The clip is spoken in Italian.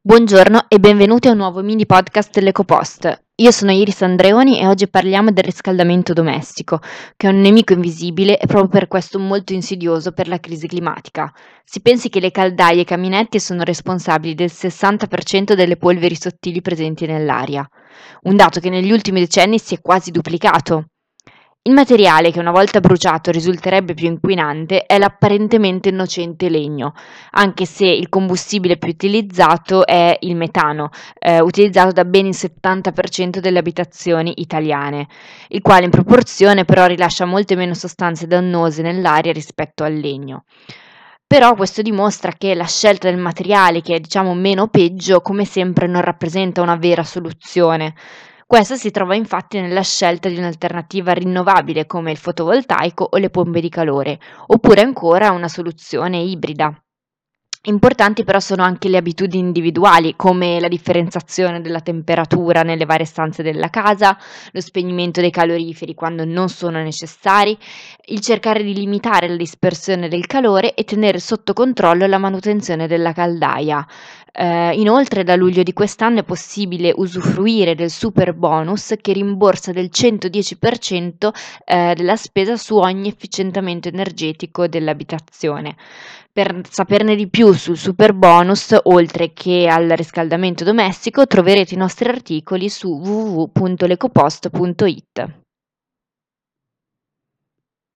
Buongiorno e benvenuti a un nuovo mini podcast dell'EcoPost. Io sono Iris Andreoni e oggi parliamo del riscaldamento domestico, che è un nemico invisibile e proprio per questo molto insidioso per la crisi climatica. Si pensi che le caldaie e i caminetti sono responsabili del 60% delle polveri sottili presenti nell'aria, un dato che negli ultimi decenni si è quasi duplicato. Il materiale che una volta bruciato risulterebbe più inquinante è l'apparentemente innocente legno, anche se il combustibile più utilizzato è il metano, utilizzato da ben il 70% delle abitazioni italiane, il quale in proporzione però rilascia molte meno sostanze dannose nell'aria rispetto al legno. Però questo dimostra che la scelta del materiale che è diciamo meno peggio, come sempre non rappresenta una vera soluzione. Questa si trova infatti nella scelta di un'alternativa rinnovabile come il fotovoltaico o le pompe di calore, oppure ancora una soluzione ibrida. Importanti però sono anche le abitudini individuali, come la differenziazione della temperatura nelle varie stanze della casa, lo spegnimento dei caloriferi quando non sono necessari, il cercare di limitare la dispersione del calore e tenere sotto controllo la manutenzione della caldaia. Inoltre da luglio di quest'anno è possibile usufruire del super bonus che rimborsa del 110% della spesa su ogni efficientamento energetico dell'abitazione. Per saperne di più sul superbonus, oltre che al riscaldamento domestico, troverete i nostri articoli su www.lecopost.it.